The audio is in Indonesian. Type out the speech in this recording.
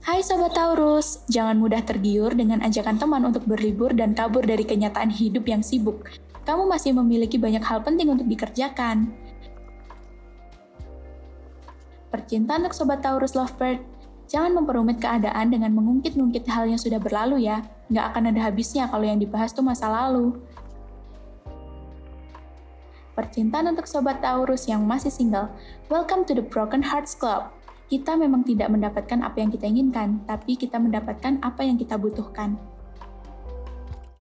Hai Sobat Taurus, jangan mudah tergiur dengan ajakan teman untuk berlibur dan kabur dari kenyataan hidup yang sibuk. Kamu masih memiliki banyak hal penting untuk dikerjakan. Percintaan untuk Sobat Taurus Lovebird, jangan memperumit keadaan dengan mengungkit-ungkit hal yang sudah berlalu ya. Nggak akan ada habisnya kalau yang dibahas tuh masa lalu. Percintaan untuk Sobat Taurus yang masih single, welcome to the Broken Hearts Club. Kita memang tidak mendapatkan apa yang kita inginkan, tapi kita mendapatkan apa yang kita butuhkan.